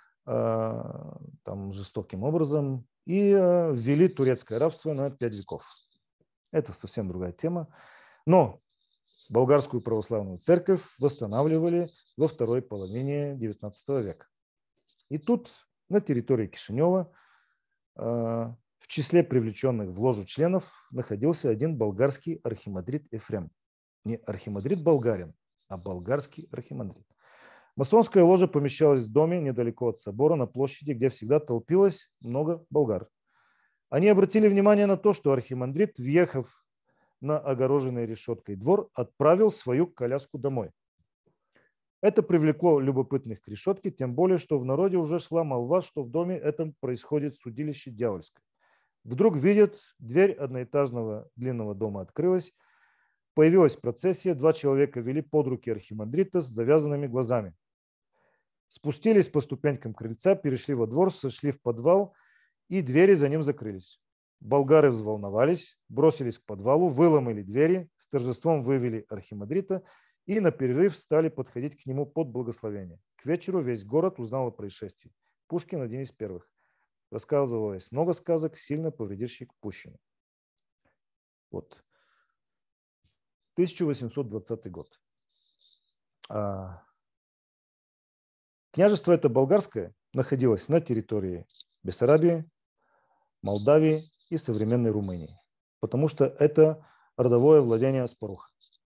Speaker 2: там, жестоким образом и ввели турецкое рабство на пять веков. Это совсем другая тема. Но болгарскую православную церковь восстанавливали во второй половине девятнадцатого века. И тут на территории Кишинева в числе привлеченных в ложу членов находился один болгарский архимандрит Ефрем. Не архимандрит-болгарин, а болгарский архимандрит. Масонская ложа помещалась в доме недалеко от собора на площади, где всегда толпилось много болгар. Они обратили внимание на то, что архимандрит, въехав на огороженный решеткой двор, отправил свою коляску домой. Это привлекло любопытных к решетке, тем более, что в народе уже шла молва, что в доме этом происходит судилище дьявольское. Вдруг видят, дверь одноэтажного длинного дома открылась, появилась процессия, два человека вели под руки архимандрита с завязанными глазами. Спустились по ступенькам крыльца, перешли во двор, сошли в подвал, и двери за ним закрылись. Болгары взволновались, бросились к подвалу, выломали двери, с торжеством вывели архимандрита и на перерыв стали подходить к нему под благословение. К вечеру весь город узнал о происшествии. Пушкин один из первых. Рассказывалось много сказок, сильно повредивших Пущину. Вот. тысяча восемьсот двадцатый год. Княжество это болгарское находилось на территории Бессарабии, Молдавии и современной Румынии, потому что это родовое владение Аспаруха.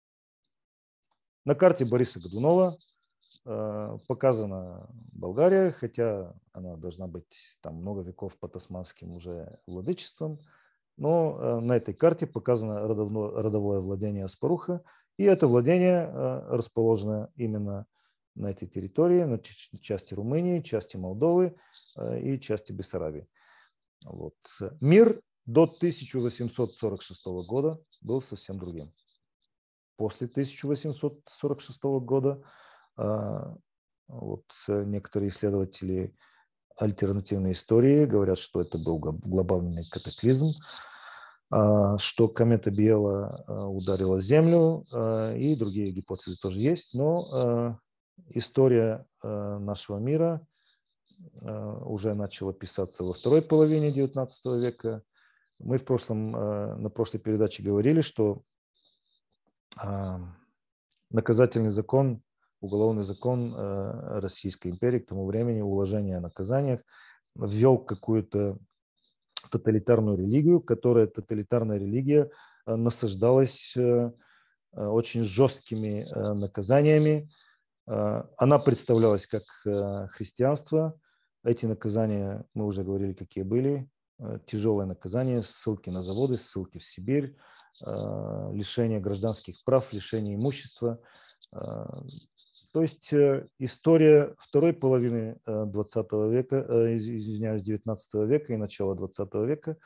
Speaker 2: На карте Бориса Годунова э, показана Болгария, хотя она должна быть там много веков под османским уже владычеством, но э, на этой карте показано родовное, родовое владение Аспаруха, и это владение э, расположено именно на этой территории, на части Румынии, части Молдовы э, и части Бессарабии. Вот. Мир до тысяча восемьсот сорок шестого года был совсем другим. После тысяча восемьсот сорок шестого года э, вот, некоторые исследователи альтернативной истории говорят, что это был глобальный катаклизм, э, что комета Биела э, ударила Землю, э, и другие гипотезы тоже есть, но э, история э, нашего мира э, уже начала писаться во второй половине девятнадцатого века. Мы в прошлом, э, на прошлой передаче говорили, что э, наказательный закон, уголовный закон э, Российской империи к тому времени, уложение о наказаниях, ввел какую-то тоталитарную религию, которая тоталитарная религия э, насаждалась э, очень жесткими э, наказаниями. Она представлялась как христианство. Эти наказания, мы уже говорили, какие были. Тяжелые наказания, ссылки на заводы, ссылки в Сибирь, лишение гражданских прав, лишение имущества. То есть история второй половины двадцатого века, извиняюсь, девятнадцатого века и начала двадцатого века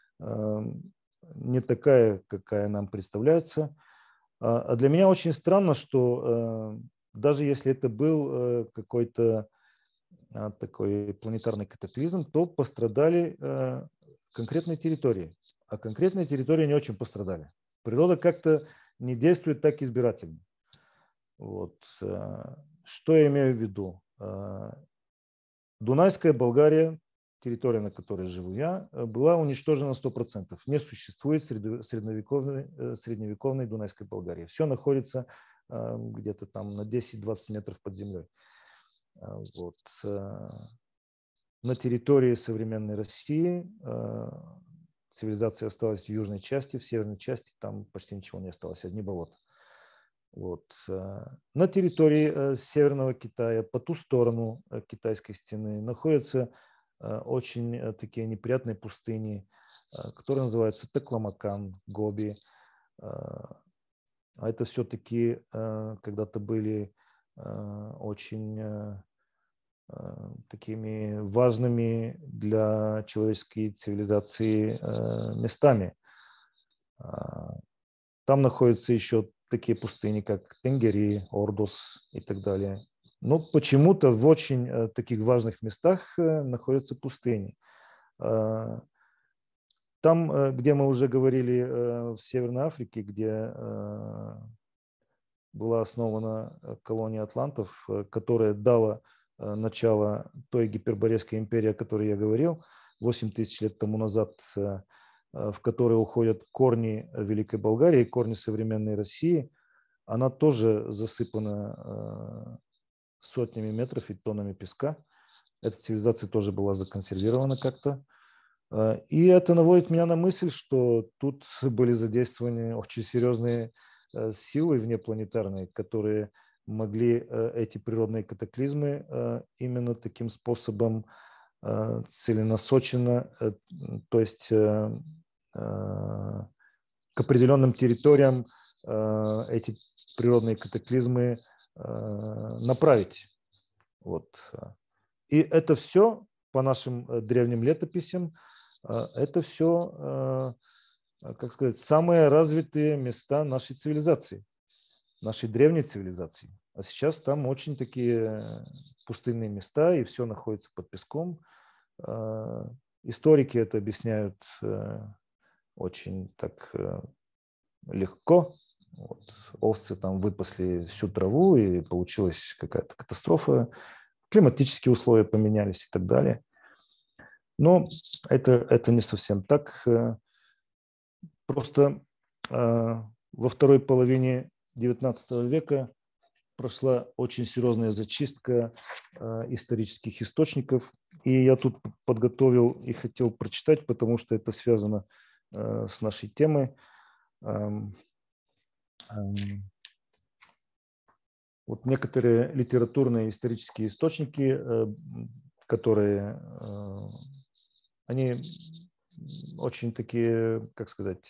Speaker 2: не такая, какая нам представляется. А для меня очень странно, что даже если это был какой-то такой планетарный катаклизм, то пострадали конкретные территории. А конкретные территории не очень пострадали. Природа как-то не действует так избирательно. Вот. Что я имею в виду? Дунайская Болгария, территория, на которой живу я, была уничтожена сто процентов. Не существует средневековной, средневековной Дунайской Болгарии. Все находится где-то там на десять-двадцать метров под землей. Вот. На территории современной России цивилизация осталась в южной части, в северной части там почти ничего не осталось, одни болота. Вот. На территории Северного Китая, по ту сторону китайской стены, находятся очень такие неприятные пустыни, которые называются Такламакан, Гоби. А это все-таки когда-то были очень такими важными для человеческой цивилизации местами. Там находятся еще такие пустыни, как Тенгери, Ордос и так далее. Но почему-то в очень таких важных местах находятся пустыни. Там, где мы уже говорили, в Северной Африке, где была основана колония атлантов, которая дала начало той гиперборейской империи, о которой я говорил, восемь тысяч лет тому назад, в которой уходят корни Великой Болгарии, корни современной России, она тоже засыпана сотнями метров и тоннами песка. Эта цивилизация тоже была законсервирована как-то. И это наводит меня на мысль, что тут были задействованы очень серьезные силы внепланетарные, которые могли эти природные катаклизмы именно таким способом целенасоченно, то есть к определенным территориям эти природные катаклизмы направить. Вот. И это все по нашим древним летописям Это все, как сказать, самые развитые места нашей цивилизации, нашей древней цивилизации. А сейчас там очень такие пустынные места, и все находится под песком. Историки это объясняют очень так легко. Вот. Овцы там выпасли всю траву, и получилась какая-то катастрофа. Климатические условия поменялись и так далее. Но это, это не совсем так. Просто во второй половине девятнадцатого века прошла очень серьезная зачистка исторических источников. И я тут подготовил и хотел прочитать, потому что это связано с нашей темой. Вот некоторые литературные исторические источники, которые, они очень такие, как сказать,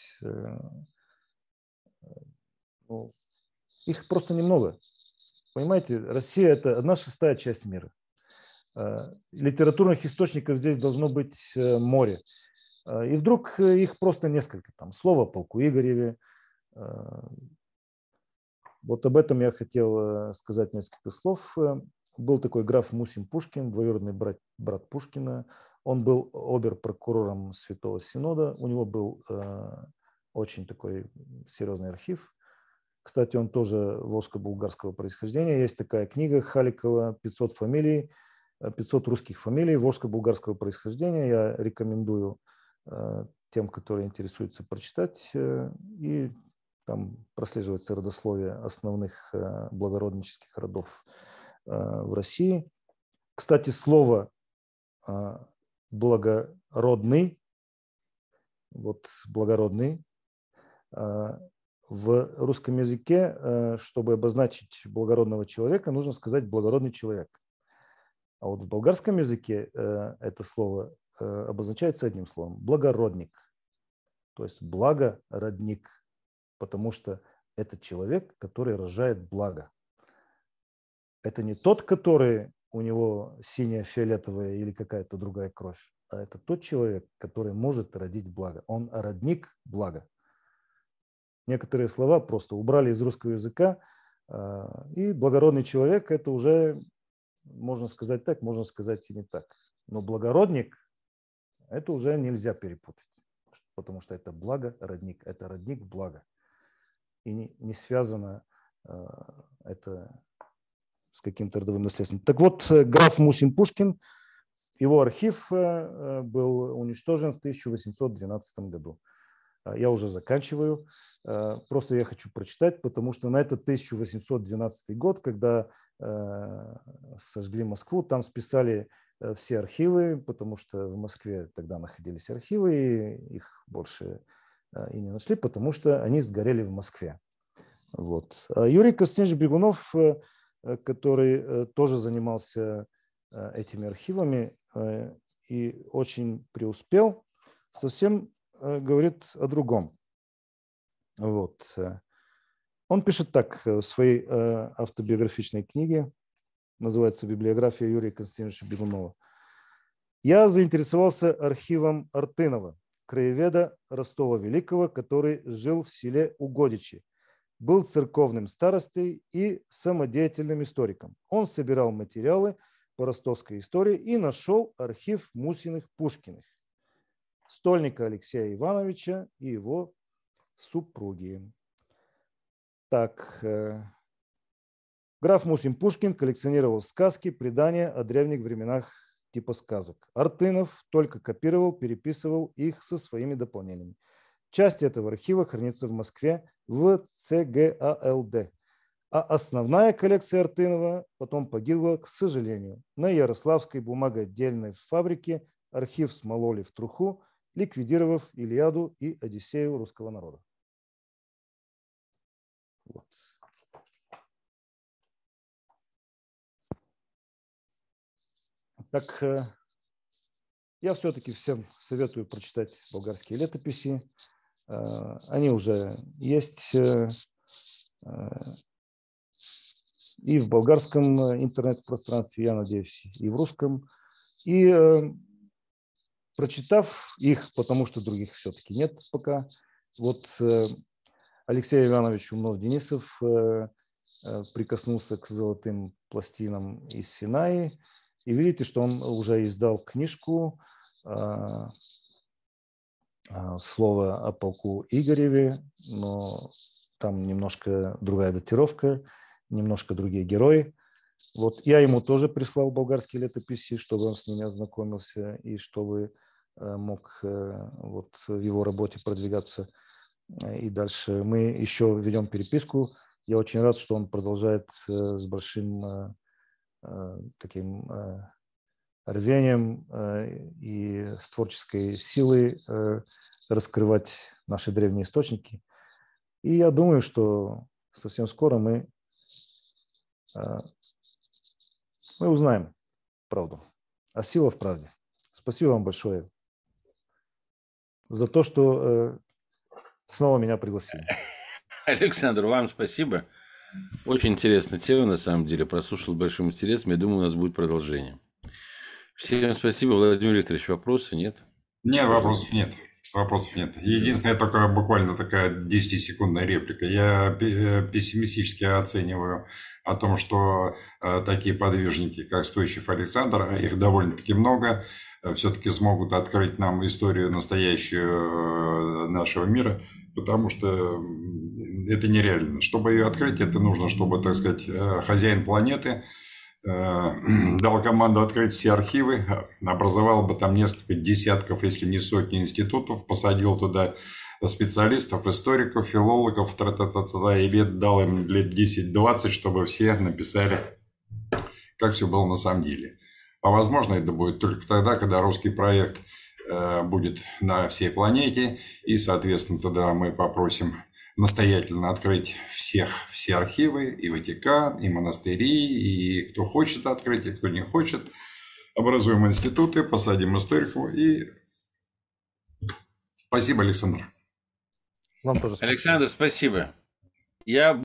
Speaker 2: ну, их просто немного. Понимаете, Россия – это одна шестая часть мира. Литературных источников здесь должно быть море. И вдруг их просто несколько. Там слово о полку Игореве. Вот об этом я хотел сказать несколько слов. Был такой граф Мусин Пушкин, двоюродный брат, брат Пушкина. Он был обер-прокурором Святого Синода. У него был очень такой серьезный архив. Кстати, он тоже волжско-булгарского происхождения. Есть такая книга Халикова «пятьсот фамилий», пятьсот русских фамилий волжско-булгарского происхождения. Я рекомендую тем, которые интересуются, прочитать. И там прослеживается родословие основных благороднических родов в России. Кстати, слово «благородный», вот «благородный», в русском языке, чтобы обозначить благородного человека, нужно сказать «благородный человек». А вот в болгарском языке это слово обозначается одним словом – «благородник». То есть «благородник», потому что это человек, который рожает благо. Это не тот, который у него синяя, фиолетовая или какая-то другая кровь, а это тот человек, который может родить благо. Он родник блага. Некоторые слова просто убрали из русского языка, и благородный человек – это уже, можно сказать так, можно сказать и не так. Но благородник – это уже нельзя перепутать, потому что это благородник, это родник блага. И не, не связано это с каким-то родовым наследством. Так вот, граф Мусин Пушкин, его архив был уничтожен в тысяча восемьсот двенадцатом году. Я уже заканчиваю. Просто я хочу прочитать, потому что на этот тысяча восемьсот двенадцатый год, когда сожгли Москву, там списали все архивы, потому что в Москве тогда находились архивы, и их больше и не нашли, потому что они сгорели в Москве. Вот. Юрий Константинович Бегунов, который тоже занимался этими архивами и очень преуспел, совсем говорит о другом. Вот. Он пишет так в своей автобиографичной книге, называется «Библиография Юрия Константиновича Бегунова». «Я заинтересовался архивом Артынова, краеведа Ростова-Великого, который жил в селе Угодичи, был церковным старостой и самодеятельным историком. Он собирал материалы по ростовской истории и нашел архив Мусиных-Пушкиных, стольника Алексея Ивановича и его супруги». Так, граф Мусин Пушкин коллекционировал сказки, предания о древних временах типа сказок. Артынов только копировал, переписывал их со своими дополнениями. Часть этого архива хранится в Москве в ЦГАЛД. А основная коллекция Артынова потом погибла, к сожалению, на Ярославской бумагоотдельной фабрике. Архив смололи в труху, ликвидировав Илиаду и Одиссею русского народа. Вот. Так, я все-таки всем советую прочитать болгарские летописи. Они уже есть и в болгарском интернет-пространстве, я надеюсь, и в русском. И прочитав их, потому что других все-таки нет пока, вот Алексей Иванович Умнов-Денисов прикоснулся к золотым пластинам из Синаи, и видите, что он уже издал книжку «Слово о полку Игореве», но там немножко другая датировка, немножко другие герои. Вот я ему тоже прислал болгарские летописи, чтобы он с ними ознакомился и чтобы мог вот в его работе продвигаться и дальше. Мы еще ведем переписку. Я очень рад, что он продолжает с большим таким рвением и с творческой силой раскрывать наши древние источники. И я думаю, что совсем скоро мы, мы узнаем правду. А сила в правде. Спасибо вам большое за то, что снова меня пригласили.
Speaker 1: Александр, вам спасибо. Очень интересная тема, на самом деле. Прослушал с большим интересом. Я думаю, у нас будет продолжение. Всем спасибо. Владимир Викторович, вопросы нет?
Speaker 3: Нет, вопросов нет. Вопросов нет. Единственное, только буквально такая десятисекундная реплика. Я пессимистически оцениваю о том, что такие подвижники, как Стойчев Александр, их довольно-таки много, все-таки смогут открыть нам историю настоящую нашего мира, потому что это нереально. Чтобы ее открыть, это нужно, чтобы, так сказать, хозяин планеты дал команду открыть все архивы, образовал бы там несколько десятков, если не сотни институтов, посадил туда специалистов, историков, филологов, тра-та-та-та, и лет дал им лет десять-двадцать, чтобы все написали, как все было на самом деле. А возможно, это будет только тогда, когда русский проект будет на всей планете, и, соответственно, тогда мы попросим настоятельно открыть всех, все архивы, и Ватикан, и монастыри, и кто хочет открыть, и кто не хочет. Образуем институты, посадим историков. И спасибо, Александр.
Speaker 2: Вам тоже спасибо.
Speaker 1: Александр, спасибо. Я